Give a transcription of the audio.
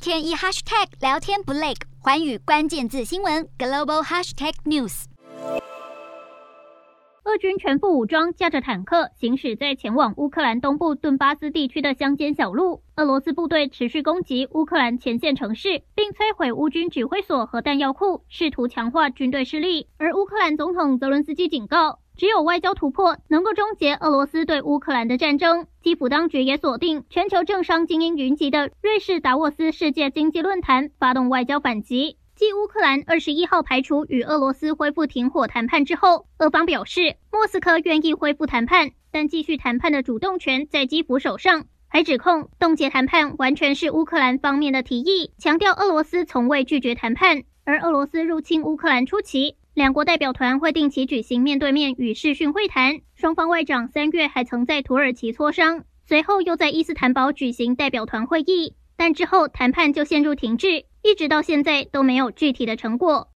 天一 hashtag 聊天不累，寰宇关键字新闻 global hashtag news。 俄军全副武装，驾着坦克行驶在前往乌克兰东部顿巴斯地区的乡间小路。俄罗斯部队持续攻击乌克兰前线城市，并摧毁乌军指挥所和弹药库，试图强化军队势力。而乌克兰总统泽伦斯基警告，只有外交突破能够终结俄罗斯对乌克兰的战争。基辅当局也锁定全球政商精英云集的瑞士达沃斯世界经济论坛，发动外交反击。继乌克兰21号排除与俄罗斯恢复停火谈判之后，俄方表示莫斯科愿意恢复谈判，但继续谈判的主动权在基辅手上，还指控冻结谈判完全是乌克兰方面的提议，强调俄罗斯从未拒绝谈判。而俄罗斯入侵乌克兰初期，两国代表团会定期举行面对面与视讯会谈，双方外长3月还曾在土耳其磋商，随后又在伊斯坦堡举行代表团会议，但之后谈判就陷入停滞，一直到现在都没有具体的成果。